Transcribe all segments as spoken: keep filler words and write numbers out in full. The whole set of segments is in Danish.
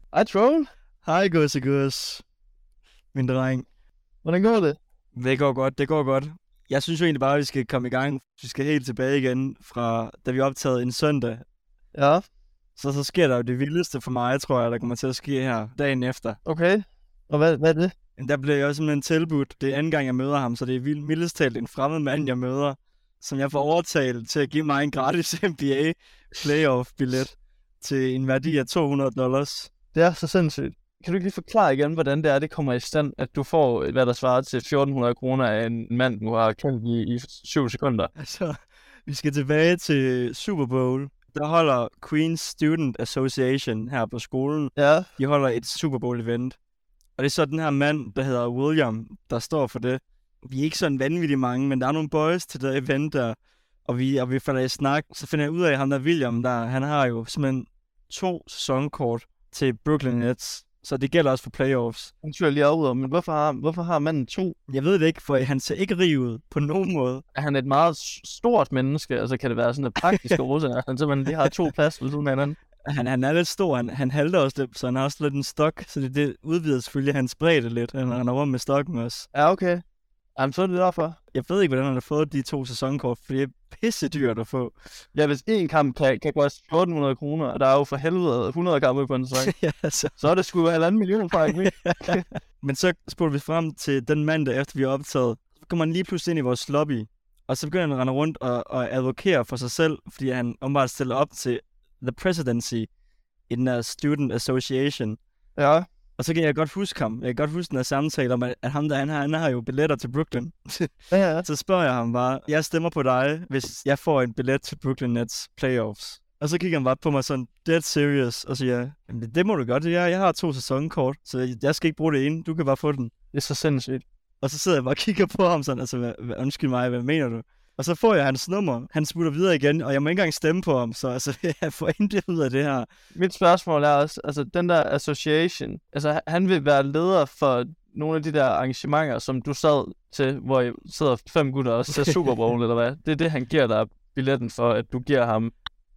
Hej, Troll. Hej, Gusse Gus, min dreng. Hvordan går det? Det går godt, det går godt. Jeg synes jo egentlig bare, at vi skal komme i gang. Vi skal helt tilbage igen fra, da vi optagede en søndag. Ja. Så så sker der jo det vildeste for mig, tror jeg, der kommer til at ske her dagen efter. Okay. Og hvad, hvad er det? Der blev jeg jo simpelthen tilbudt. Det er anden gang, jeg møder ham, så det er vildt mildest talt en fremmed mand, jeg møder, som jeg får overtalt til at give mig en gratis N B A playoff-billet til en værdi af to hundrede dollars. Det er så sindssygt. Kan du ikke lige forklare igen, hvordan det er, det kommer i stand, at du får, hvad der svarer til fjorten hundrede kroner af en mand, du har kendt i, i syv sekunder? Altså, vi skal tilbage til Super Bowl. Der holder Queens Student Association her på skolen. Ja. De holder et Super Bowl-event. Og det er så den her mand, der hedder William, der står for det. Vi er ikke sådan vanvittigt mange, men der er nogle boys til det event der. Og vi, og vi falder i snak. Så finder jeg ud af, at ham der William, der, han har jo simpelthen to sæsonkort til Brooklyn Nets. Så det gælder også for playoffs. Han tyrer lige ud, men hvorfor har, hvorfor har manden to? Jeg ved det ikke, for han ser ikke rig ud på nogen måde. Er han et meget stort menneske? Altså kan det være sådan et praktisk årsag, at han simpelthen lige har to plads ved siden af hinanden? Han, han er lidt stor, han, han halter også lidt, så han har også lidt en stok, så det, det udvider selvfølgelig hans bredde lidt. Han render rundt med stokken også. Ja, okay. Jamen, så er det derfor. Jeg ved ikke, hvordan han har fået de to sæsonkort, for det er pisse dyrt at få. Ja, hvis en kamp kan, kan koste fjorten hundrede kroner, og der er jo for helvede hundrede kampe på en sæson, ja, så. så er det sgu halvanden million fra, ikke? Men så spoler vi frem til den mandag, efter vi har optaget. Så kommer han lige pludselig ind i vores lobby, og så begynder han at rende rundt og, og advokere for sig selv, fordi han omvendt stiller op til the presidency i den her Student Association. Ja. Og så kan jeg godt huske ham. Jeg kan godt huske den her samtale om, at ham der, han har, han har jo billetter til Brooklyn. Ja, ja. Så spørger jeg ham bare, jeg stemmer på dig, hvis jeg får en billet til Brooklyn Nets playoffs. Og så kigger han bare på mig sådan, dead serious, og siger, det, det må du godt, jeg, jeg har to sæsonkort, så jeg skal ikke bruge det ene, du kan bare få den. Det er så sindssygt. Og så sidder jeg bare og kigger på ham sådan, altså, hvad, hvad, undskyld mig, hvad mener du? Og så får jeg hans nummer, han smutter videre igen, og jeg må ikke engang stemme på ham, så altså, jeg får intet ud af det her. Mit spørgsmål er også, altså den der association, altså han vil være leder for nogle af de der arrangementer, som du sad til, hvor I sidder fem gutter og ser Super Bowl, eller hvad? Det er det, han giver dig billetten for, at du giver ham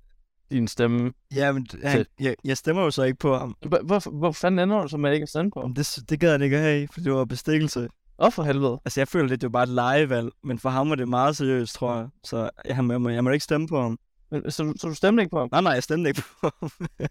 din stemme. Ja, men han, jeg, jeg stemmer jo så ikke på ham. Hvor, hvor fanden ender du så med at ikke at stemme på ham? Det, det gad han ikke at have, for det var bestikkelse. Åh, for helvede. Altså, jeg føler lidt, det var bare et legevalg, men for ham var det meget seriøst, tror jeg. Så jeg, jeg, må, jeg må ikke stemme på ham. Men, så, så du stemte ikke på ham? Nej, nej, jeg stemte ikke på ham.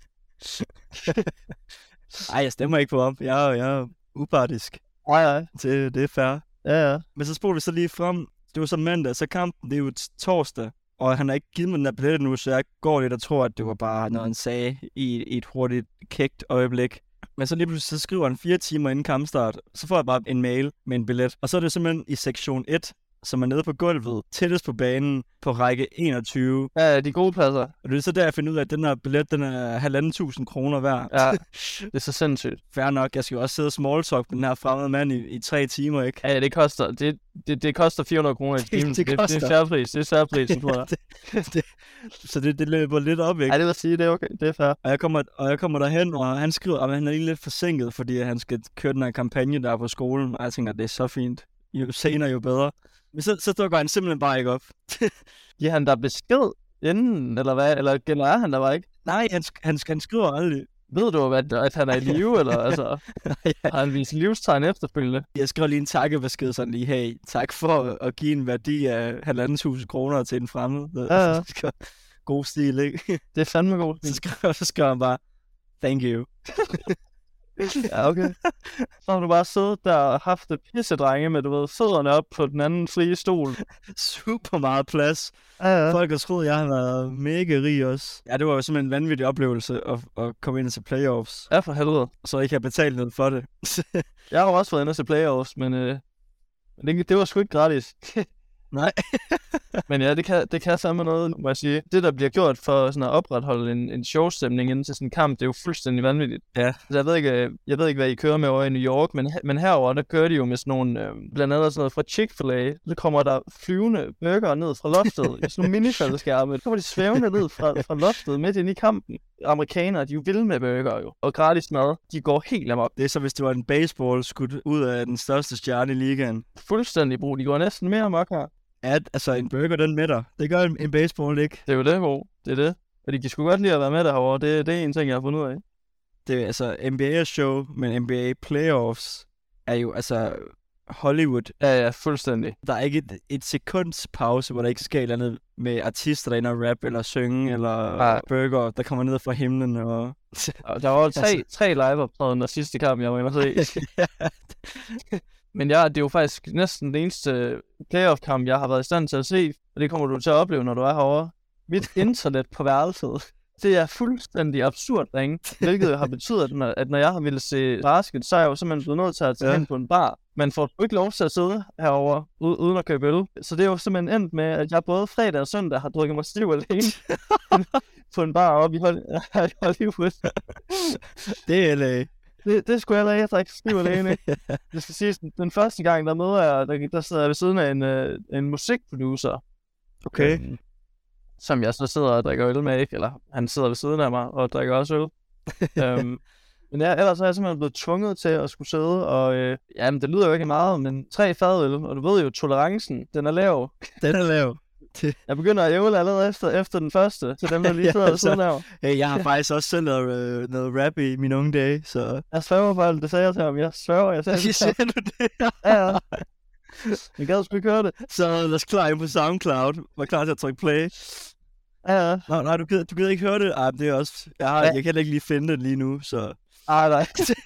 Nej, jeg stemmer ikke på ham. Jeg er, jeg er upartisk. Nej, nej. Det, det er fair. Ja, ja. Men så spoler vi så lige frem. Det var så mandag, så kampen, det er jo torsdag. Og han har ikke givet mig den der billet nu, så jeg går lidt og tror, at det var bare noget, han sagde i, i et hurtigt, kægt øjeblik. Men så lige pludselig så skriver han fire timer inden kampstart, så får jeg bare en mail med en billet. Og så er det simpelthen i sektion et, som er nede på gulvet, tættest på banen, på række enogtyve. Ja, de gode pladser. Og det er så der, jeg finder ud af, at den her billet, den er halvanden tusind kroner værd. Ja, det er så sindssygt. Fair nok, jeg skal jo også sidde og small talk med den her fremmede mand i, i tre timer, ikke? Ja, det koster, det, det, det koster fire hundrede kroner i timen. Det, det, det, det er særpris, det er særpris, tror jeg. det, det, så det, det løber lidt op, ikke? Ja, det vil sige, det er okay, det er fair. Og jeg kommer, og jeg kommer derhen, og han skriver, at han er lige lidt forsinket, fordi han skal køre den her kampagne der på skolen. Og jeg tænker, det er så fint. Jo senere, jo bedre. Men så, så dukker han simpelthen bare ikke op. Giver han der besked inden, eller hvad? Eller genererer han der bare ikke? Nej, han, han, han skriver aldrig. Ved du, at, at han er i live, eller altså, ja. Har han vist livstegn efterfølgende? Jeg skrev lige en takkebesked sådan lige, hey, tak for at give en værdi af halvanden tusind kroner til en fremmed. Ja, ja. God stil, ikke? Det er fandme god stil. Så skrev, så skrev han bare, thank you. Ja, okay. Så har du bare siddet der og haft det pissedrenge med, du ved, fødderne op på den anden frie stol. Super meget plads. Ja, ja. Folk har troet, jeg har været mega rig også. Ja, det var jo simpelthen en vanvittig oplevelse at, at komme ind til playoffs. Ja, for helvede. Så jeg ikke har betalt noget for det. Jeg har også været inde til playoffs, men, øh, men det, det var sgu ikke gratis. Nej. Men ja, det kan, det kan sammen noget, må jeg sige. Det, der bliver gjort for sådan at opretholde en, en showstemning inden til sådan en kamp, det er jo fuldstændig vanvittigt. Ja. Altså, jeg ved ikke, jeg ved ikke, hvad I kører med over i New York, men, men herover der kører de jo med sådan nogle, øh, blandt andet sådan noget fra Chick-fil-A. Så kommer der flyvende burger ned fra loftet i sådan nogle minifaldskærme. Så kommer de svævende ned fra, fra loftet midt ind i kampen. Amerikanere, de er jo vilde med burger jo. Og gratis mad, de går helt amok. Det er så, hvis det var en baseball skudt ud af den største stjerne i ligaen. Fuldstændig brug. De går næsten mere amok her. At, altså en burger, den mætter. Det gør en, en baseball ikke. Det er jo det, bro. Det er det. Fordi de skulle godt lide at være med derovre. Det, det er en ting, jeg har fundet ud af. det er altså N B A show, men N B A playoffs er jo altså Hollywood. Ja, ja, fuldstændig. Der er ikke et, et sekunds pause, hvor der ikke sker et eller andet med artister, der er inde og rap, eller synge, eller Ja. burger, der kommer ned fra himlen. Og... Og der var jo tre, Altså- tre live-optrædener sidste kamp, jeg var inde og se. Men ja, det er jo faktisk næsten den eneste playoff-kamp, jeg har været i stand til at se. Og det kommer du til at opleve, når du er herovre. Mit internet på værelset, det er fuldstændig absurd ringe. Hvilket jo har betydet, at når, at når jeg har ville se basket, så er jeg jo simpelthen blevet nødt til at tage Ja. hen på en bar. Man får jo ikke lov til at sidde herovre u- uden at købe øl. Så det er jo simpelthen endt med, at jeg både fredag og søndag har drukket mig stiv alene på en bar oppe i Hol- i Hollywood. Det er L A. Det, det skulle jeg allerede drikke stiv alene. Det skal siges, den, den første gang, der møder jeg, der, der sidder jeg ved siden af en, øh, en musikproducer. Okay. Øhm, som jeg så sidder og drikker øl med, ikke? Eller han sidder ved siden af mig og drikker også øl. øhm, men ja, ellers er jeg simpelthen blevet tvunget til at skulle sidde, og øh, jamen, det lyder jo ikke meget, men tre fadøl, og du ved jo, tolerancen, den er lav. Den er lav. Jeg begynder at ævle allerede efter, efter den første, til dem, der lige Ja, sidder ved altså. siden af mig. Hey, jeg har faktisk også selv lavet øh, noget rap i mine unge dage, så... Jeg sværger for alt, det sagde jeg til ham. Jeg sværger, jeg sagde det til ham. Siger du det? Ja, ja. Jeg gad sgu ikke høre det. Så lad os klar ind på SoundCloud. Var klar til at trykke play. Ja, ja. Nej, nej, du gider, du gider ikke høre det? Ej, det er også... Jeg, har, Ja. jeg kan heller ikke lige finde det lige nu, så... Ej, nej.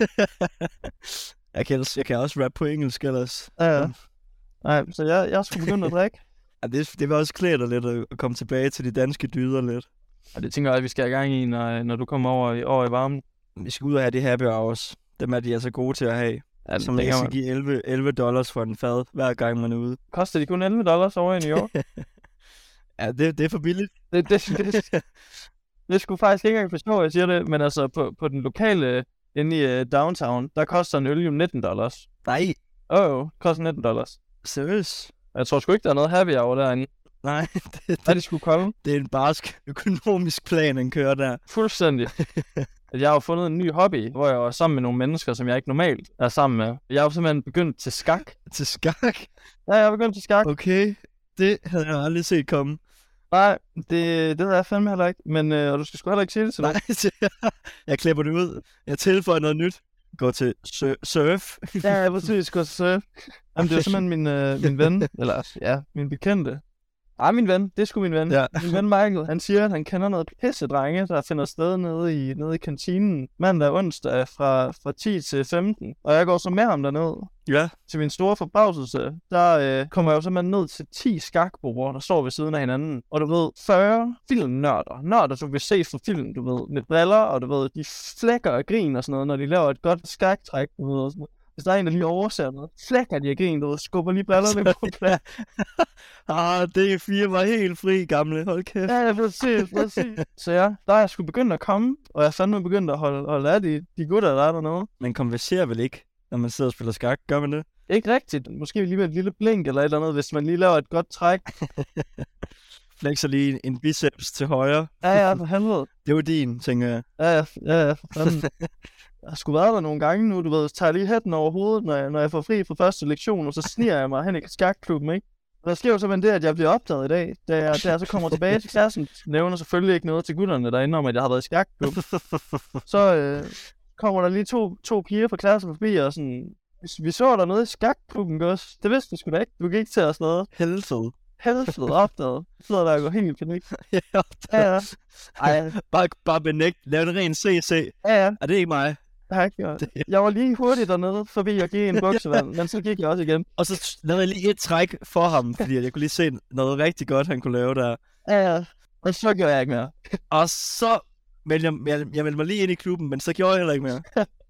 jeg, kan, ellers- jeg kan også rap på engelsk ellers. Ja, ja. Nej, så jeg, jeg skulle begynde at drikke. Ja, det, det vil også klæde dig lidt at at komme tilbage til de danske dyder lidt. Og det tænker jeg, at vi skal have gang i, når, når du kommer over i, over i varmen. Vi skal ud og have de happy hours. Dem er de altså gode til at have. Ja, Som det ikke kan skal man. give elleve, elleve dollars for en fad, hver gang man er ude. Koster de kun elleve dollars over i New York? Ja, det, det er for billigt. det, det, det, det, det skulle faktisk ikke engang forstå, at jeg siger det, men altså på, på den lokale inde i uh, downtown, der koster en øl jo nitten dollars. Nej, Åh, oh, oh, koster nitten dollars. seriøst? Jeg tror sgu ikke, der er noget happy hour derinde. Nej, det, Hvad det, de skulle komme? det er en barsk økonomisk plan, han kører der. Fuldstændig. At jeg har jo fundet en ny hobby, hvor jeg er sammen med nogle mennesker, som jeg ikke normalt er sammen med. Jeg har jo simpelthen begyndt til skak. Til skak? Ja, jeg har begyndt til skak. Okay, det havde jeg aldrig set komme. Nej, det, det ved jeg fandme heller ikke. Men øh, og du skal sgu heller ikke sige det til nogen. Nej, jeg klipper det ud. Jeg tilføjer noget nyt. Gå til sur- surf. Ja, jeg præcis gå til surf. Jamen, det er jo simpelthen min, øh, min ven, eller ja, min bekendte. Ej, min ven, det er sgu min ven. Ja. Min ven Michael, han siger, at han kender noget pisse drenge, der finder sted nede i, nede i kantinen mandag og onsdag fra, fra ti til femten. Og jeg går så med ham derned. Ja. Til min store forbavselse, der øh, kommer jeg jo simpelthen ned til ti skakbord, der står ved siden af hinanden. Og du ved, fyrre filmnørder. Nørder, du vil se fra film, du ved, med briller, og du ved, de flækker og grin og sådan noget, når de laver et godt skaktræk, du ved, og sådan noget. Hvis der er en, der lige overser noget, flækker de og grin, du ved, skubber lige brillerne på plads. Ah, D fire var helt fri, gamle. Hold kæft. Ja, præcis, præcis. Så ja, der er jeg sgu begyndt at komme, og jeg er fandme begyndt at holde, holde af de, de gutter, der er dernede. Man konverserer vel ikke, når man sidder og spiller skak? Gør man det? Ikke rigtigt. Måske lige med et lille blink eller et eller andet, hvis man lige laver et godt træk. Flexer lige en biceps til højre. Ja, ja, for helvede. Det var din, tænker jeg. Ja, ja, ja, ja, for fanden. Jeg har sgu været der nogle gange nu, du ved, så tager jeg lige hætten over hovedet, når jeg, når jeg får fri fra første lektion, og så sniger jeg mig hen i skakklubben, ikke? Og der sker jo simpelthen det, at jeg bliver opdaget i dag, da jeg, da jeg så kommer tilbage til klassen. Nævner selvfølgelig ikke noget til gutterne derinde om, at jeg har været i skakklub. Så øh, kommer der lige to, to piger fra klassen forbi, og sådan, vi, vi så der noget i skakklubben, Gus. Det vidste du sgu da ikke. Du gik ikke til os noget. Helvede. Helvede opdaget. Jeg sidder der og går helt i panik. Ja, Ja, ja. Ej, bare, bare benægt. Lav en ren C C. ja, ja. Er det ikke mig? Jeg, har ikke gjort. Jeg var lige hurtigt dernede forbi at give en buksevand, men så gik jeg også igen. Og så lavede jeg lige et træk for ham, fordi jeg kunne lige se noget rigtig godt, han kunne lave der. Ja, ja. Og så gjorde jeg ikke mere. Og så meldte jeg, jeg, jeg meldte mig lige ind i klubben, men så gjorde jeg heller ikke mere.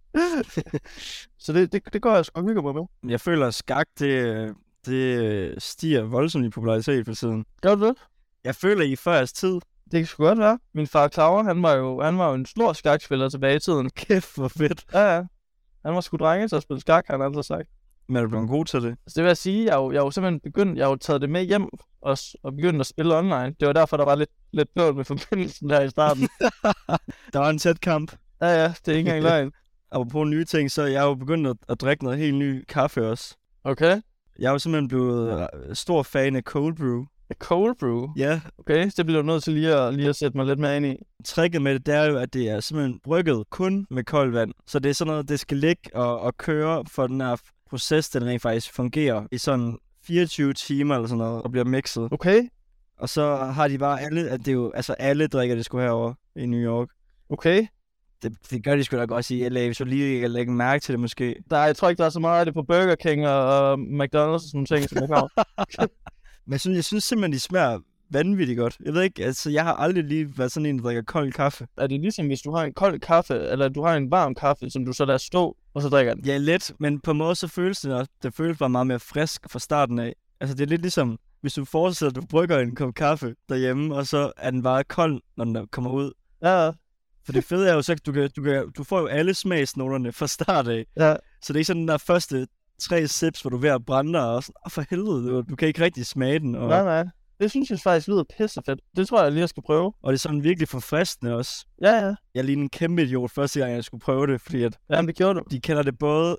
Så det, det, det går jeg sgu ikke mig med. Jeg føler, at skak, det, det stiger voldsomt i popularitet for tiden. Gør du det? Jeg føler, I før jeres tid. Det kan sgu godt være. Min far Clauer, han var jo, han var jo en stor skakspiller tilbage i tiden. Kæft, hvor fedt. Ja, ja. Han var sgu drenge til at spille skak, han har altid sagt. Men er du blevet god til det? Så det vil jeg sige, jeg er jo, jeg er jo simpelthen begyndt, jeg har jo taget det med hjem også, og begyndt at spille online. Det var derfor, der var lidt, lidt bøvl med forbindelsen der i starten. Der var en tæt kamp. Ja, ja, det er ikke engang løgn. Apropos nye ting, så jeg har jo begyndt at, at drikke noget helt ny kaffe også. Okay. Jeg er jo simpelthen blevet øh, stor fan af cold brew. Cold brew? Ja. Okay, det bliver du nødt til lige at, lige at sætte mig lidt mere ind i. Tricket med det, det er jo, at det er simpelthen brygget kun med koldt vand. Så det er sådan noget, det skal ligge og, og køre for den her proces, den rent faktisk fungerer i sådan fireogtyve timer eller sådan noget, og bliver mixet. Okay. Og så har de bare alle, at det er jo, altså alle drikker det sgu herover i New York. Okay. Det, det gør de sgu da godt i L A, hvis du lige kan lægge mærke til det måske. Der, jeg tror ikke, der er så meget af det på Burger King og, og McDonald's og sådan nogle ting, som jeg kan. Men jeg synes, jeg synes simpelthen, de smager vanvittigt godt. Jeg ved ikke, altså jeg har aldrig lige været sådan en, der drikker kold kaffe. Er det ligesom, hvis du har en kold kaffe, eller du har en varm kaffe, som du så lader stå, og så drikker den? Ja, let, men på en måde så føles det også, det føles bare meget mere frisk fra starten af. Altså det er lidt ligesom, hvis du forestiller, at du brygger en kop kaffe derhjemme, og så er den bare kold, når den kommer ud. Ja. For det fede er jo så, at du, kan, du, kan, du får jo alle smagsnoterne fra start af. Ja. Så det er ikke sådan den der første tre sips, hvor du er ved at brænde dig, og sådan, oh, for helvede, du, du kan ikke rigtig smage den. Og... Nej, nej. Det synes jeg faktisk lyder pissefedt. Det tror jeg lige, jeg skal prøve. Og det er sådan virkelig forfriskende også. Ja, ja. Jeg lignede en kæmpe idiot første gang, jeg skulle prøve det, fordi at... Jamen, det gjorde du. De kalder det både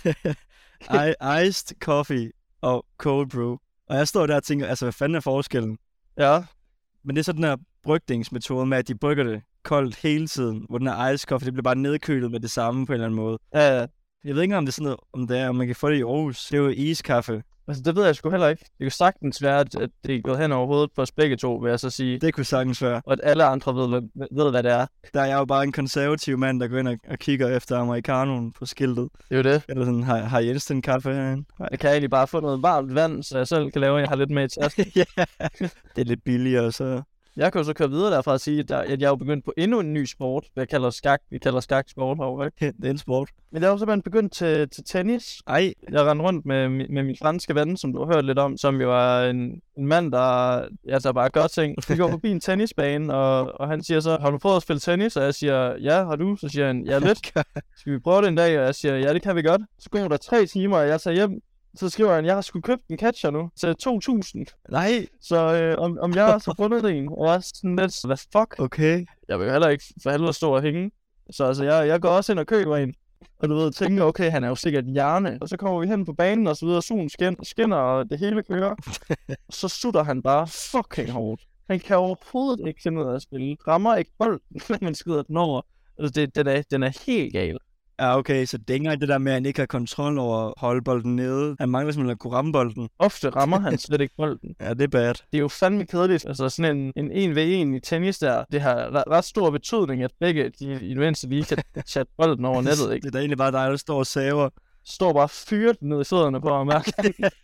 I- iced coffee og cold brew. Og jeg står der og tænker, altså hvad fanden er forskellen? Ja. Men det er så den her brygningsmetode med, at de brygger det koldt hele tiden, hvor den her iced coffee, det bliver bare nedkølet med det samme på en eller anden måde. Ja, ja. Jeg ved ikke om det er sådan noget, om det er, om man kan få det i Aarhus. Det er jo iskaffe. Altså, det ved jeg sgu heller ikke. Det kan sagtens være, at det er gået hen over hovedet på os begge to, vil jeg så sige. Det kunne sagtens være. Og at alle andre ved, ved, ved hvad det er. Der er jeg jo bare en konservativ mand, der går ind og, og kigger efter americanoen på skiltet. Det er jo det. Eller sådan, har, har Jens den kaffe herinde? Jeg kan egentlig bare få noget varmt vand, så jeg selv kan lave, jeg har lidt med i tasken. Ja, det er lidt billigere, så... Jeg kan jo så køre videre derfra og sige, at jeg er jo begyndt på endnu en ny sport, hvad jeg kalder skak. Vi kalder skak sport herovre, ikke? Det er en sport. Men jeg er jo simpelthen begyndt til, til tennis. Ej. Jeg rendte rundt med, med min franske ven, som du har hørt lidt om, som jo er en, en mand, der altså bare gør ting. Vi går forbi en tennisbane, og, og han siger så, har du prøvet at spille tennis? Og jeg siger, ja, har du? Så siger han, ja, lidt. Skal vi prøve det en dag? Og jeg siger, ja, det kan vi godt. Så går der tre timer, og jeg tager hjem. Så skriver han, jeg har sgu købt en catcher nu til to tusind. Nej. Så øh, om, om jeg har så fundet en, og jeg er sådan lidt, hvad fuck? Okay. Jeg vil jo heller ikke for helvede stå og hænge. Så altså, jeg, jeg går også ind og køber en. Og du ved, tænker, okay, han er jo sikkert hjerne. Og så kommer vi hen på banen, og så videre, solen skin, skinner, og det hele kører. Så sutter han bare fucking hårdt. Han kan overhovedet ikke finde ud af at spille. Rammer ikke bolden, men skider den over. Altså, det, den, er, den er helt gal. Ja, okay, så det er ikke engang det der med, at han ikke har kontrol over at holde bolden nede. Han mangler simpelthen at kunne ramme bolden. Ofte rammer han slet ikke bolden. Ja, det er bad. Det er jo fandme kedeligt. Altså sådan en, en en ved en i tennis der, det har ret, ret stor betydning, at begge de, i det mindste lige kan chatte bolden over nettet, ikke? Det er da egentlig bare dig, der står og saver. Står bare fyret ned i fødderne på at mærke.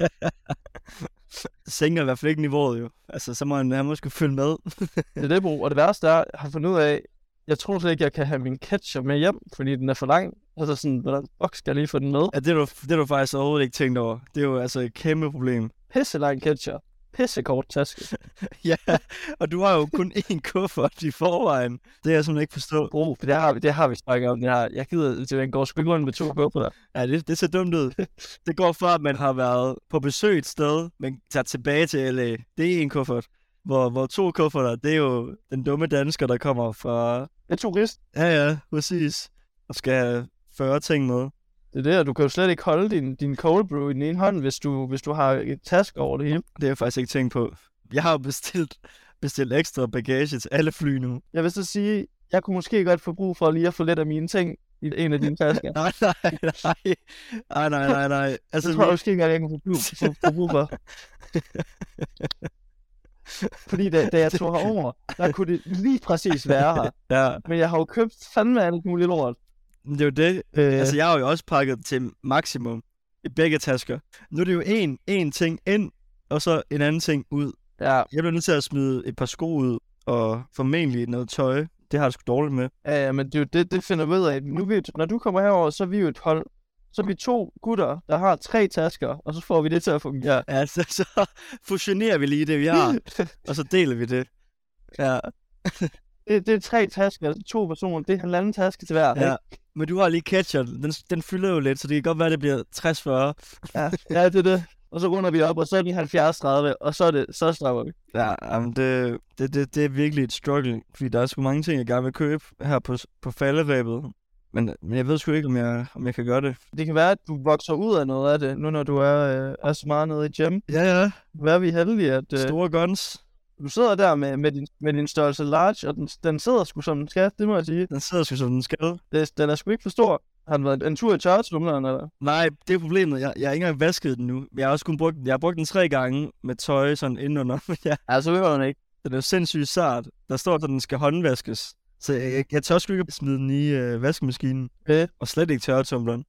Det sænker i hvert fald ikke niveauet jo. Altså, så må han, han måske følge med. Det er det, bro. Og det værste er, jeg har fundet ud af, jeg tror slet ikke, jeg kan have min ketchup med hjem, fordi den er for lang. Altså sådan, hvordan fuck skal jeg lige få den med? Ja, det har du, det har du faktisk overhovedet ikke tænkt over. Det er jo altså et kæmpe problem. Pisse lang ketchup. Pisse kort taske. Ja, og du har jo kun én kuffert i forvejen. Det er jeg simpelthen ikke forstå. Bro, det har vi, det har vi snakket om. Det har, jeg gider, det går sgu ikke rundt med to kufferter. Ja, det, det ser dumt ud. Det går fra, at man har været på besøg et sted, men tager tilbage til L A. Det er en kuffert. Hvor, hvor to kufferter, det er jo den dumme dansker, der kommer fra... Det er turist. Ja, ja, præcis. Og skal have fyrre ting med. Det er det, og du kan jo slet ikke holde din, din cold brew i den ene hånd, hvis du, hvis du har et task over det hele. Det har jeg faktisk ikke tænkt på. Jeg har jo bestilt, bestilt ekstra bagage til alle fly nu. Jeg vil så sige, jeg kunne måske godt få brug for lige at få lidt af mine ting i en af dine tasker. nej, nej, nej. Nej, nej, nej, nej. Altså, det tror jeg måske ikke, at jeg kan få brug, få, få brug for. Fordi da, da jeg tog herover, der kunne det lige præcis være her. Ja. Men jeg har jo købt fandme alt muligt lort. Det er jo det. Øh... Altså, jeg har jo også pakket til maksimum i begge tasker. Nu er det jo en, en ting ind, og så en anden ting ud. Ja. Jeg bliver nødt til at smide et par sko ud, og formentlig noget tøj. Det har jeg sgu dårligt med. Ja, ja, men det er jo det, det finder vi ud af. Nu vi, når du kommer herover, så er vi jo et hold. Så er vi to gutter, der har tre tasker, og så får vi det til at fungere. Ja, så, så fusionerer vi lige det, vi har, og så deler vi det. Ja. det, det er tre tasker, altså to personer, det er halvanden taske til hver. Ja, men du har lige ketchup, den, den fylder jo lidt, så det kan godt være, det bliver tres fyrre. ja, ja, det er det. Og så runder vi op, og så er det halvfjerds tredive, og så er det, så straffer vi. Ja, jamen det, det, det, det er virkelig et struggle, fordi der er sgu mange ting, jeg gerne vil købe her på, på falderæbet. Men, men jeg ved sgu ikke, om jeg, om jeg kan gøre det. Det kan være, at du vokser ud af noget af det, nu når du er, øh, er så meget nede i gym. Ja, ja. Hvad er vi heldige, at øh, Store guns. du sidder der med, med, din, med din størrelse large, og den, den sidder sgu som den skal, det må jeg sige. Den sidder sgu som den skal. Det, den er sgu ikke for stor. Har den været en tur i tørretumleren, eller? Nej, det er problemet. Jeg, jeg har ikke engang vasket den nu. Jeg har også kun brugt den. Jeg har brugt den tre gange med tøj sådan indenunder. Men ja, Ja, så behøver den ikke. den er jo sindssygt sart. Der står, at den skal håndvaskes. Så jeg, jeg, jeg tør sgu ikke at smide den i øh, vaskemaskinen. Okay. Og slet ikke tørretumbleren.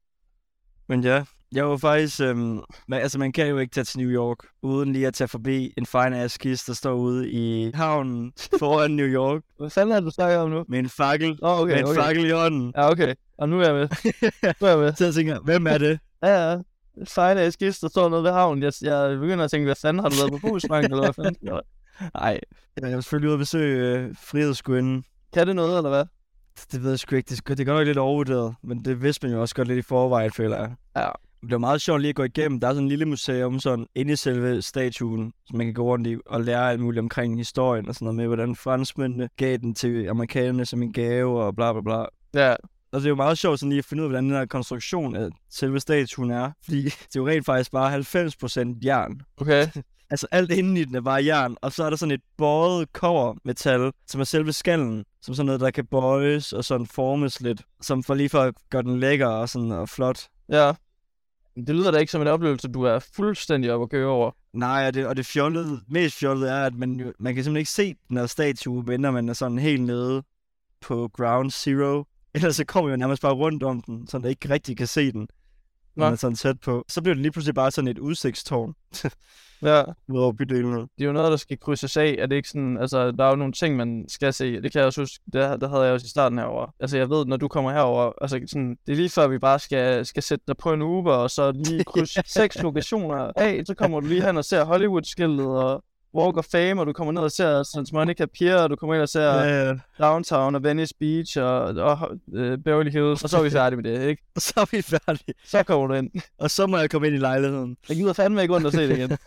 Men ja, jeg var faktisk... Øhm, man, altså, man kan jo ikke tage til New York, uden lige at tage forbi en fine-ass kiste, der står ude i havnen foran New York. Hvad fanden er det, du snakker om nu? Med en fakkel. Åh, oh, okay, med en okay. fakkel i hånden. Ja, okay. Og nu er jeg med. Nu er jeg med. Så jeg tænker, hvem er det? Ja, ja. Fejl af skist, der står noget ved havnen. Jeg, jeg begynder at tænke, hvad fanden har du været på Busbank, eller hvad fanden? Nej, jeg var selvfølgelig ude at besøge øh, Frihedsgudinden. Kan det noget, eller hvad? Det ved jeg sgu ikke. Det, det er godt nok lidt overvurderet, men det vidste man jo også godt lidt i forvejen, føler jeg. Ja. Det var meget sjovt lige at gå igennem. Der er sådan en lille museum sådan inde i selve statuen, som man kan gå rundt i og lære alt muligt omkring historien og sådan noget med, hvordan franskmændene gav den til amerikanerne som en gave og bla bla bla. Ja. Og det er jo meget sjovt sådan lige at finde ud af, hvordan den her konstruktion af selve statuen er. Fordi det er jo rent faktisk bare halvfems procent jern. Okay. Altså alt inden i den er bare jern, og så er der sådan et bøjet kobbermetal, som er selve skallen, som sådan noget, der kan bøjes og sådan formes lidt, som for lige for at gøre den lækker og sådan og flot. Ja. Det lyder da ikke som en oplevelse, du er fuldstændig op at køre over. Nej, og det, og det fjollede, mest fjollede er, at man, jo, man kan simpelthen ikke se den her statue, medmindre man er sådan helt nede på ground zero. Ellers så kommer man jo nærmest bare rundt om den, så man ikke rigtig kan se den, når man er sådan tæt på. Så bliver det lige pludselig bare sådan et udsigtstårn. Ja. Ud over bydelen. Det er jo noget, der skal krydses af. Er det ikke sådan, altså, der er jo nogle ting, man skal se. Det kan jeg også huske, der, der havde jeg også i starten herover. Altså, jeg ved, når du kommer herover, altså, sådan, det er lige før, vi bare skal, skal sætte dig på en Uber, og så lige krydse seks lokationer af. Så kommer du lige hen og ser Hollywood-skiltet, og Walk of Fame, og du kommer ned og ser Santa Monica Pier, og du kommer ind og ser Ja, ja. Downtown og Venice Beach, og, og øh, Beverly Hills, og så er vi færdige med det, ikke? Og så er vi færdige. Så kommer du ind. Og så må jeg komme ind i lejligheden. Jeg gider fandme ikke rundt og se det igen.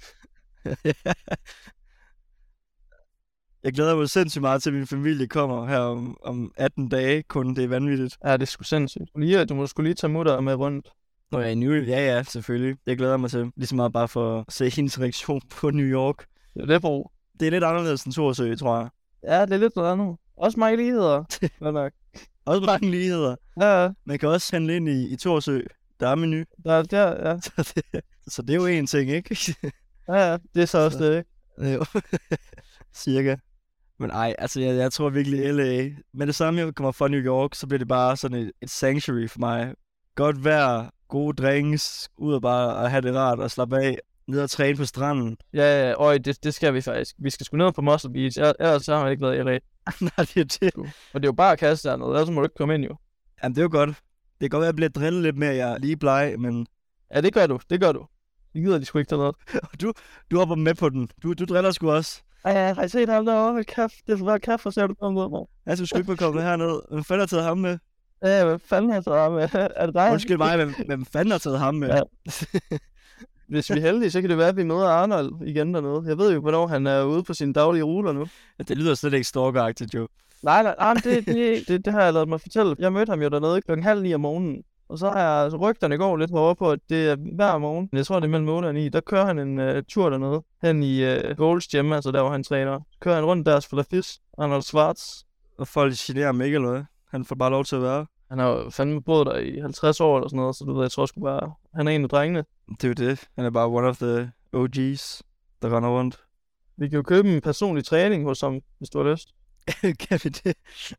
Jeg glæder mig sindssygt meget til, at min familie kommer her om, om atten dage. Kun det er vanvittigt. Ja, det er sgu sindssygt. Lige, du må sgu lige tage mutter med rundt. Nå ja, New York. Ja, ja, selvfølgelig. Jeg glæder mig til. Lige så meget bare for at se hendes reaktion på New York. Det er det, bro. Det er lidt anderledes end Thorsø, tror jeg. Ja, det er lidt noget andet. Også mange ligheder. Hvad nok? Også mange ligheder. Ja, ja. Man kan også handle ind i, i Thorsø. Der er menu. Der er der, ja. Så det, så det er jo en ting, ikke? Ja, ja. Det er så også det, ikke? Jo. Cirka. Men ej, altså jeg, jeg tror virkelig L A. Med det samme, jeg kommer fra New York, så bliver det bare sådan et, et sanctuary for mig. Godt vejr, gode drinks, ud og bare at have det rart og slappe af. Ned og træne på stranden. Ja, ja. Øj, det, det skal vi faktisk. Vi skal sgu ned på Muscle Beach. Ellers så har man ikke været i L A. Nej, det er det. Og det er jo bare at kaste dernede. Ellers må du ikke komme ind, jo. Jamen, det er jo godt. Det kan godt være, at jeg bliver drillet lidt mere. Jeg er lige bleg, men... Ja, det gør du. Det gør du. Det gider de sgu ikke dernede. du, du hopper med på den. Du, du driller sgu også. Ej, ja, har I set ham derovre med kaffe? Det skal være kaffe, og så er du kommet ud, mor. Jeg skulle sgu ikke komme herned. Hvem fanden har taget ham med? Ja, hvad fanden har jeg taget ham med? Er det dig? Undskyld mig, hvem, hvem fanden har taget ham med? Ja. Hvis vi er heldige, så kan det være, at vi møder Arnold igen dernede. Jeg ved jo, hvornår han er ude på sine daglige ruter nu. Det lyder slet ikke stalkeragtigt, jo. Nej, nej, nej, det, det, det, det har jeg lavet mig fortælle. Jeg mødte ham jo dernede klokken halv ni om morgenen. Og så har jeg rygterne i går lidt over på, at det er hver morgen. Jeg tror, det er mellem otte og ni. Der kører han en uh, tur dernede. Hen i uh, Gold's Gym, altså der, hvor han træner. Så kører han rundt der og spiller fisk. Arnold Schwartz. Og folk generer ham ikke, eller hvad? Han får bare lov til at være. Han har jo fandme boet der i halvtreds år eller sådan noget, så du ved, jeg tror sgu bare, han er en af drengene. Det er jo det. Han er bare one of the O G's, der render rundt. Vi kan jo købe en personlig træning hos ham, hvis du har lyst. Kan vi det?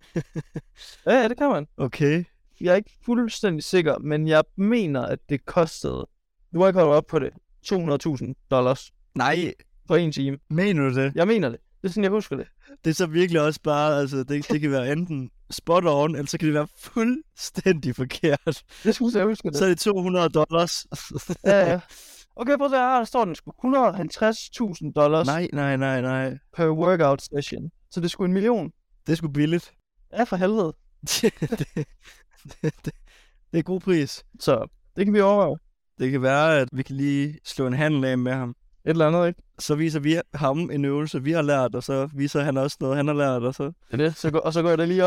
Ja, ja, det kan man. Okay. Jeg er ikke fuldstændig sikker, men jeg mener, at det kostede, du må ikke holde op på det, to hundrede tusind dollars Nej, for en time. mener du det? Jeg mener det. Det er sådan, jeg husker det. Det er så virkelig også bare, altså, det, det kan være enten spot on, eller så kan det være fuldstændig forkert. Det skulle jeg huske det. Så er det to hundrede dollars. Ja, ja. Okay, prøv at se her, der står den sgu et hundrede og halvtreds tusind dollars Nej, nej, nej, nej. per workout session. Så det er sgu en million. Det er sgu billigt. Ja, for helvede. det, det, det, det er god pris. Så det kan vi overveje. Det kan være, at vi kan lige slå en handel af med ham. Et eller andet, ikke? Så viser vi ham en øvelse, vi har lært, og så viser han også noget, han har lært, og så... Det er det. Så går, og så går jeg da lige op, ikke?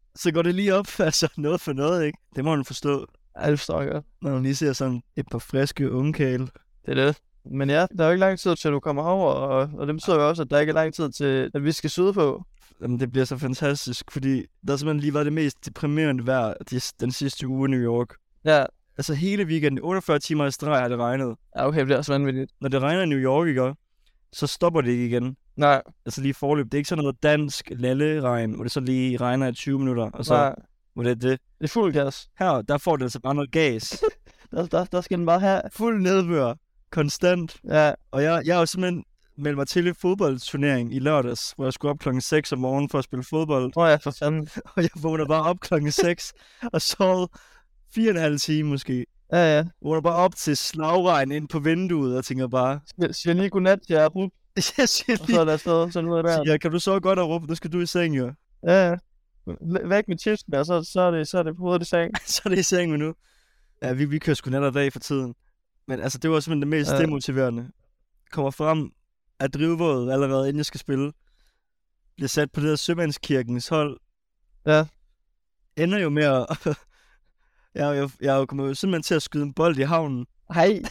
så går det lige op, altså noget for noget, ikke? Det må man forstå, Ja, det forstår jeg godt. når man lige ser sådan et par friske ungkæle. Det er det. Men ja, der er jo ikke lang tid til, du kommer over, og, og det betyder jo også, at der ikke er lang tid til, at vi skal syde på. Jamen, det bliver så fantastisk, fordi der har simpelthen lige været det mest deprimerende vejr de, den sidste uge i New York. Ja, Altså hele weekenden, otteogfyrre timer i streg har det regnet. ja okay, det bliver også vanvittigt. Når det regner i New York, ikke, så stopper det ikke igen. Nej, Altså lige forløb. Det er ikke sådan noget dansk lalleregn, hvor det så lige regner i tyve minutter, og så nej, hvor det er det. det er fuld gas. Her, der får det altså bare noget gas. Der, der, der skal den bare have. Fuld nedbør. Konstant. Ja, Og jeg, jeg har jo simpelthen meldt mig til en fodboldturnering i lørdags, hvor jeg skulle op klokken seks om morgenen for at spille fodbold. tror jeg for fanden. Og jeg vågner bare op klokken seks og sov fire og en halv time måske. Ja, ja. Vågner bare op til slagregn ind på vinduet og tænker bare, Jeg siger lige godnat til jer, Rup, jeg siger og så lige, er der afsted, sådan ud af der. ja, kan du sove godt, Arup? Nu skal du i seng, jo. Ja, ja. L- Væk med tisken, og så, så, er det, så er det på hovedet i seng. Så er det i seng nu. Ja, vi, vi kører sgu nat og dag for tiden. Men altså, det var simpelthen det mest Ja. demotiverende. Kommer frem af drivvåget allerede, inden jeg skal spille. Bliver sat på det der Sømandskirkens hold. Ja. Ender jo med at... jeg, jeg, jeg er jo kommet simpelthen til at skyde en bold i havnen. Hej.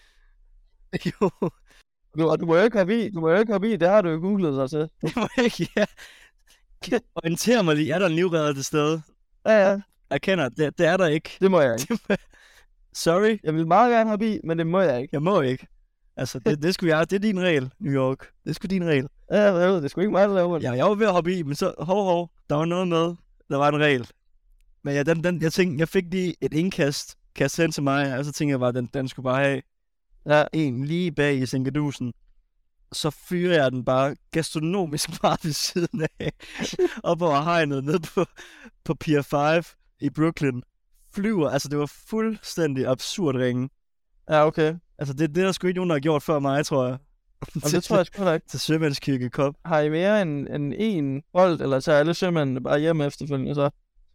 Jo, Du, og du må jo ikke have i, du må jo ikke have i, det har du jo googlet sig til. det var ikke, ja. Orienter mig lige, er der en livredder til stede? Ja, ja, Jeg kender, det, det er der ikke. det må jeg ikke. Sorry, Jeg vil meget gerne have i, men det må jeg ikke. jeg må ikke. Altså, det, det skulle jeg, det er din regel, New York. Det er sgu din regel. Ja, jeg ved, det er sgu ikke mig, der laver det. Ja, jeg var ved at hoppe i, men så, hov, hov, der var noget med, der var en regel. Men ja, den, den, jeg tænkte, jeg fik lige et indkast, kastet hen til mig, og så tænkte jeg bare, den, den skulle bare have Ja, en lige bag i sænkedusen. Så fyrer jeg den bare gastronomisk meget ved siden af, op over hegnet, ned på, på Pier fem i Brooklyn. Flyver, altså det var fuldstændig absurd ringe. ja, okay. Altså det, det er der sgu ikke nogen, der har gjort før mig, tror jeg. Og det tror jeg sgu da ikke. Til Sømandskirke Cup. Har I mere end, end én bold, eller så er alle sømændene bare hjemme efterfølgende, så?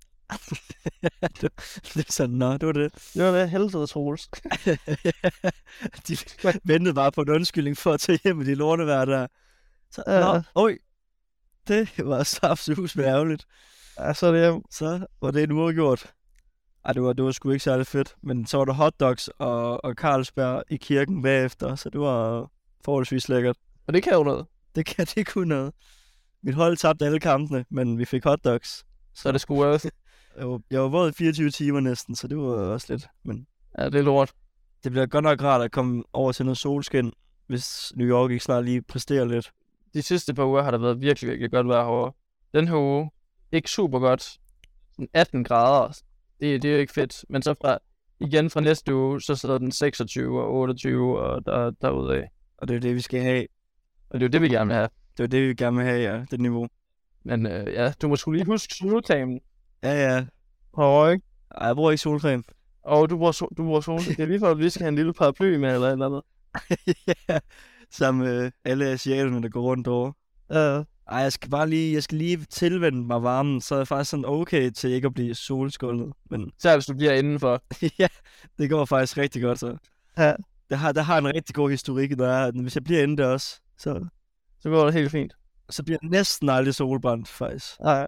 det, det er sådan, nå, det var det. Det var det helvede, Troels. De ventede bare på en undskyldning for at tage hjem med de lortevær der. Så, Ja. nå, oj, det var saftsus med ærgerligt. Ja, så er det hjem. Så var det en uafgjort. Ej, det var, det var sgu ikke særlig fedt. Men så var der hotdogs og, og Carlsberg i kirken bagefter, så det var forholdsvis lækkert. Og det kan jo noget. Det kan det kunne noget. Mit hold tabte alle kampene, men vi fik hotdogs. Så er det sgu worth. Jeg var, jeg var våd i fireogtyve timer næsten, så det var også lidt. Men Ja, det er lort. det bliver godt nok rart at komme over til noget solskin, hvis New York ikke snart lige præsterer lidt. De sidste par uger har der været virkelig, virkelig godt vejr herovre. Den her uge, ikke super godt. Sådan atten grader. Det, det er jo ikke fedt. Men så fra, igen fra næste uge, så sidder den seksogtyve og otteogtyve og der, derudaf. Og det er jo det, vi skal have. Og det er jo det, vi gerne vil have. Det er jo det, vi gerne vil have, ja, det niveau. Men øh, ja, du må sgu lige huske solcremen Ja, ja. herovre, ikke? Ej, jeg bruger ikke solcreme. Og du bruger, sol, du bruger sol. Det er lige for, at vi skal have en lille paraply med, eller et eller andet. Ja, sammen med alle asiaterne, der går rundt over. Ja, Ej, jeg skal bare lige, jeg skal lige tilvende mig varmen, så er jeg faktisk sådan okay til ikke at blive solskålet. Men så hvis du bliver indenfor. ja, det går faktisk rigtig godt så. Ja. Det har, der har en rigtig god historik, der er, at hvis jeg bliver inde der også, så, Så går det helt fint. så bliver jeg næsten aldrig solbrændt, faktisk. Nej.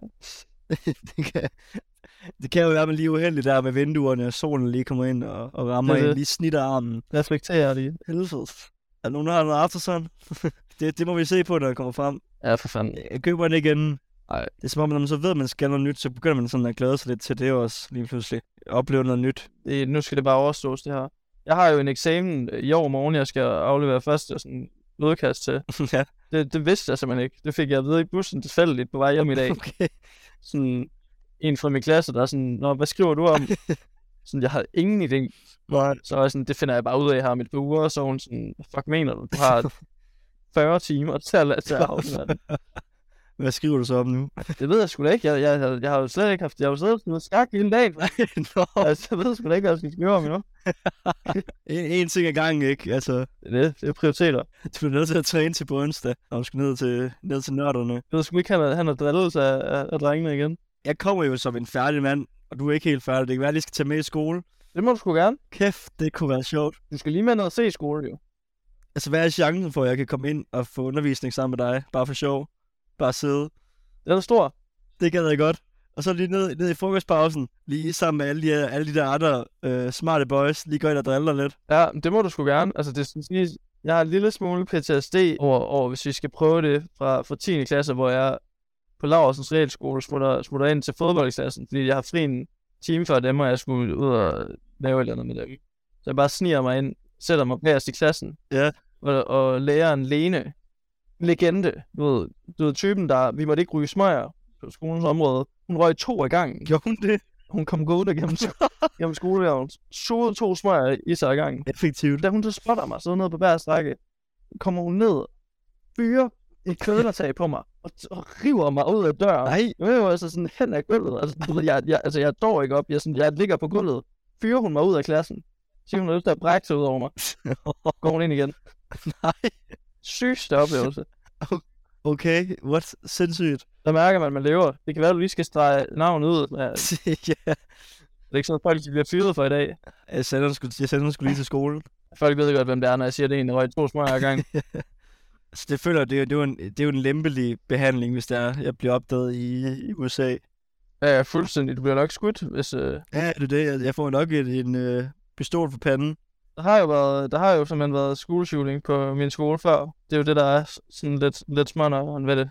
det, kan, det kan jo være, at man lige er uheldig der med vinduerne, og solen lige kommer ind og, og rammer Det er en, det. lige snitter armen. Respekterer lige. Helvede. Er der nogen, der har noget aftersun? det, det må vi se på, når det kommer frem. Ja, for fanden. Jeg køber den igen. Ej. Det er som om, når man så ved, at man skal noget nyt, så begynder man sådan at glæde sig lidt til det også, lige pludselig. Opleve noget nyt. Det, nu skal det bare overstås, det her. Jeg har jo en eksamen i år morgen, jeg skal aflevere først og sådan udkast til. ja, Det, det vidste jeg simpelthen ikke. Det fik jeg at vide i bussen tilfældigt på vej hjem i dag. okay. Sådan en fra min klasse, der er sådan, nå, hvad skriver du om? Sådan, jeg har ingen idé. Nej. Så var jeg sådan, det finder jeg bare ud af her om et par uger, og så var hun sådan, hvad fuck mener du? Du har fyrre timer til at, til at aflevere den. Hvad skriver du så om nu? Det ved jeg sgu da ikke. Jeg, jeg, jeg, jeg har jo slet ikke haft, jeg har jo siddet og skak hele dagen. Nå, Altså, jeg ved sgu da ikke, hvad jeg skal skrive om endnu. en, en ting ad gangen, ikke? Altså, Det er det, det er prioriteter. du bliver nødt til at træne til på onsdag, når du skal ned til, ned til nørderne. Jeg ved sgu ikke, han har, han har drillet sig af, af, af drengene igen. Jeg kommer jo som en færdig mand, og du er ikke helt færdig. Det kan være, at jeg lige skal tage med i skole. Det må du sgu gerne. Kæft, det kunne være sjovt. Du skal lige med ned og se i skole, jo. Altså, hvad er chancen for, at jeg kan komme ind og få undervisning sammen med dig? Bare for sjov. Bare sidde. Den er stor. Det gad jeg godt. og så lige ned, ned i frokostpausen, lige sammen med alle de, her- alle de der andre øh, smarte boys, lige gå ind og drille dig lidt. Ja, det må du sgu gerne. Altså, det skal siges, jeg har en lille smule P T S D over, over, hvis vi skal prøve det fra, fra tiende klasse, hvor jeg på Laursens Realskole smutter, smutter ind til fodboldklassen, fordi jeg har fri en time før dem, og jeg skulle ud og lave et eller andet med dem. Så jeg bare sniger mig ind, sætter mig bagerst i klassen, Ja. og, og læreren Lene, legende, du ved, du ved typen, der, vi måtte ikke ryge smøger på skolens område. Hun røg to af gangen. Gjorde hun det? Hun kom gående gennem, gennem skolegaven, sugede to smøger i sig ad gangen. Effektivt. Da hun så spotter mig, så nede på hver strække, kommer hun ned, fyrer et kvælertag på mig, og, og river mig ud af døren. Nej. Nu er jeg jo altså sådan hen ad gulvet. Altså, du ved, jeg, jeg, altså, jeg dår ikke op. Jeg, sådan, jeg ligger på gulvet. Fyrer hun mig ud af klassen. Så hun har lyst til at brække sig ud over mig. Går hun ind igen. Nej. Sygeste oplevelse. Okay, what? Sindssygt. Der mærker man, at man lever. Det kan være, at du lige skal strege navnet ud. Ja, det Ja. er ikke sådan, at folk bliver fyret for i dag. Jeg sender den sgu, jeg sender den sgu lige til skolen. Folk ved godt, hvem det er, når jeg siger, det er en, der røg to smøger ad gang. Altså, det føler jeg, det er, jo- det, er jo en, det er jo en lempelig behandling, hvis det er, jeg bliver opdaget i, i U S A. Ja, fuldstændig. Du bliver nok skudt, hvis... Øh... Ja, det er det. Jeg, jeg får nok et, en øh, pistol for panden. Der har jo været, der har jo simpelthen været skoleshooting på min skole før. Det er jo det, der er sådan lidt, lidt smånere ved det.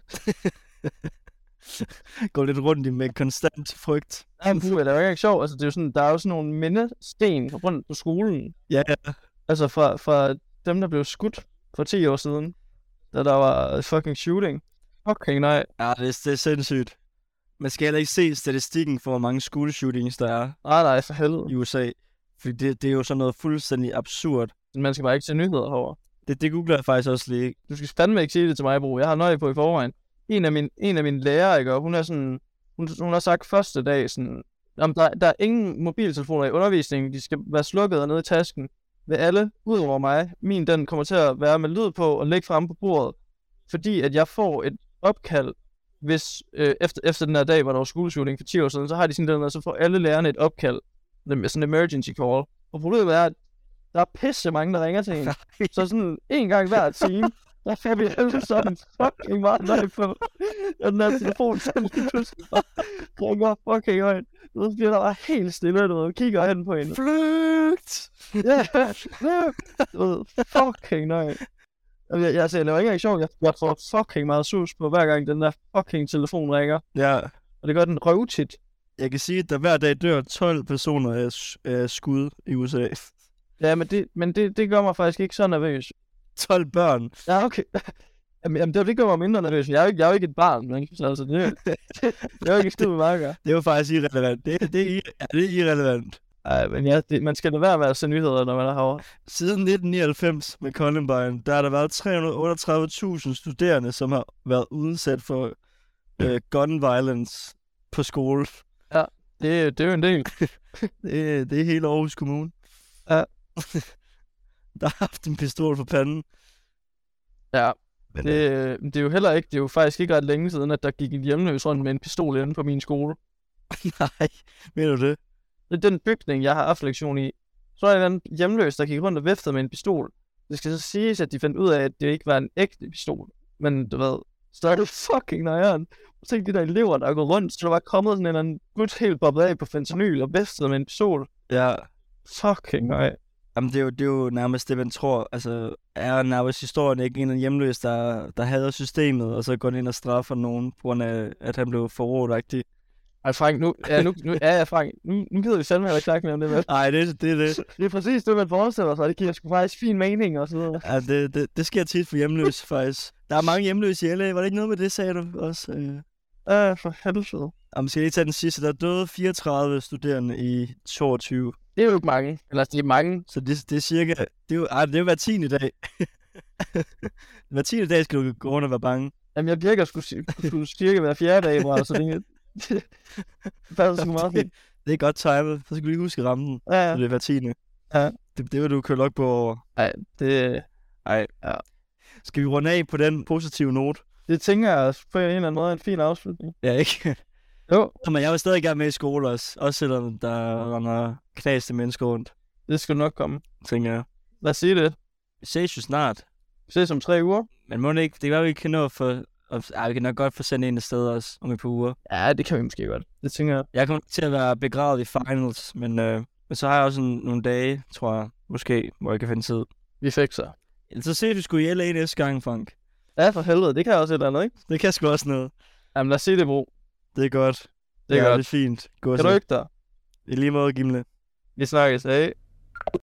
Går lidt rundt i med konstant frygt. Nej, men det er jo ikke sjovt. Altså, det er jo sådan, der er jo sådan nogle mindesten rundt på skolen. Ja, Altså fra, fra dem, der blev skudt for ti år siden. Da der var fucking shooting. Fucking nej. ja det, er- det er sindssygt. Man skal heller ikke se statistikken for, hvor mange skoleshootings der er Nej, nej, for helvede. i U S A. Fordi det, det er jo sådan noget fuldstændig absurd. Man skal bare ikke se nyheder herovre. Det, det googler jeg faktisk også lige. Du skal fandme ikke sige det til mig, bro. Jeg har nøje på i forvejen. En af mine, en af mine lærere, ikke? Og hun er sådan... Hun, hun har sagt første dag sådan... Jamen, der, der er ingen mobiltelefoner i undervisningen. De skal være slukket nede i tasken. Ved alle, udover mig. Min, den kommer til at være med lyd på og ligge fremme på bordet. Fordi at jeg får et opkald, hvis øh, efter, efter den her dag, hvor der var skoleshooting for ti år siden, så har de sådan den, så får alle lærerne et opkald. Med sådan en emergency call. Og problemet er, at der er pisse mange, der ringer til en. Så sådan en gang hver time, der kan vi alle sammen fucking meget nøje på. Og den her telefon, så lige pludselig bare ringer fucking højt. Så bliver der bare helt stille, du ved, og kigger hen på hende. Flygt! Ja, ja, du ved, fucking nøje. Jeg, jeg, altså, jeg laver ikke engang sjov, jeg, jeg får fucking meget sus på, hver gang den der fucking telefon ringer. Ja, Og det gør den røvtit. jeg kan sige, at der hver dag dør tolv personer af, s- af skud i U S A. Ja, men det, men det, det gør mig faktisk ikke så nervøs. tolv børn. Ja, okay. Jamen, jamen det, det gør mig mindre nervøs. Jeg er jo ikke, jeg er jo ikke et barn, men så altså, det, det, det er jo ikke et sted med mig at gøre. Det er jo faktisk irrelevant. Det, det, er, ir- ja, det er irrelevant. Ej, men ja, det, man skal da være med at se nyheder, når man er herovre. Siden nitten nioghalvfems med Columbine, der har der været tre hundrede og otteogtredive tusind studerende, som har været udsat for øh, gun violence på skole. Det, det er jo en del. Det, det er hele Aarhus Kommune. Ja. Der har haft en pistol på panden. Ja, Men, det, øh, det er jo heller ikke, det er jo faktisk ikke ret længe siden, at der gik en hjemløs rundt med en pistol inde på min skole. nej, mener du det? Det er den bygning, jeg har haft lektion i. Så er der en eller anden hjemløs, der gik rundt og viftede med en pistol. Det skal så siges, at de fandt ud af, at det ikke var en ægte pistol. Men du ved, så er det fucking nøjeren. Og tænk de der elever, der er gået rundt, så der var kommet sådan en eller anden gut helt bobbet af på fentanyl og viftede med en pistol. Ja. Fucking nej. Jamen, det er, jo, det er jo nærmest det, man tror. Altså, er nærmest historien ikke en eller anden hjemløs, der, der hader systemet, og så går ind og straffer nogen, på grund af, at han blev forrådt-agtig? Ej, Frank, nu, ja, nu, nu, ja, ja, Frank, nu, nu gider vi fandme heller ikke snakke mere om det, vel? Nej, det, det er det. Det er præcis det, man forestiller sig, det giver sgu faktisk fin mening og så videre. Ja, det, det, det sker tit for hjemløse, faktisk. Der er mange hjemløse i L A. Var det ikke noget med det, sagde du også? Øh... Ja, for helvede. Jamen, skal jeg lige tage den sidste. Der døde fireogtredive studerende i toogtyve. Det er jo ikke mange. Eller det er mange. Så det, det er cirka... Det er jo, ej, det er jo hver tiende dag. Hver tiende dag skal du gå rundt og være bange. Jamen, jeg virker sgu, sgu cirka hver fjerde dag, bror, så det, det, det passer sgu meget fint. Det er godt timet. Så skal du lige huske at ramme den. Ja, ja. Så det er hver tiende. Ja. Det, det vil du køre log på over. Ej, det, Ej. Ja. Skal vi runde af på den positive note? det tænker jeg på en eller anden måde er en fin afslutning. Ja, ikke? Jo, Men jeg var stadig i gang med i skole også. Også selvom der render knaste mennesker rundt, det skal nok komme. tænker jeg. Lad os sige det. Vi ses jo snart. Vi ses om tre uger. Men må det ikke, det kan være, vi kan nå for Og ja, vi kan nok godt få sendt en af sted også om et par uger. Ja, det kan vi måske godt. Det tænker jeg. Jeg kommer til at være begravet i finals, men, øh, men så har jeg også en, nogle dage, tror jeg, måske, hvor jeg kan finde tid. Vi fikser. Så ses vi sgu i L A næste gang, Frank. Ja, for helvede. Det kan også et eller andet, ikke? Det kan sgu også noget. Jamen, lad os se det, bro. Det er godt. Det er ja, godt. det er fint. Gå kan du ikke der? I lige måde, Gimle. Vi snakkes, hey.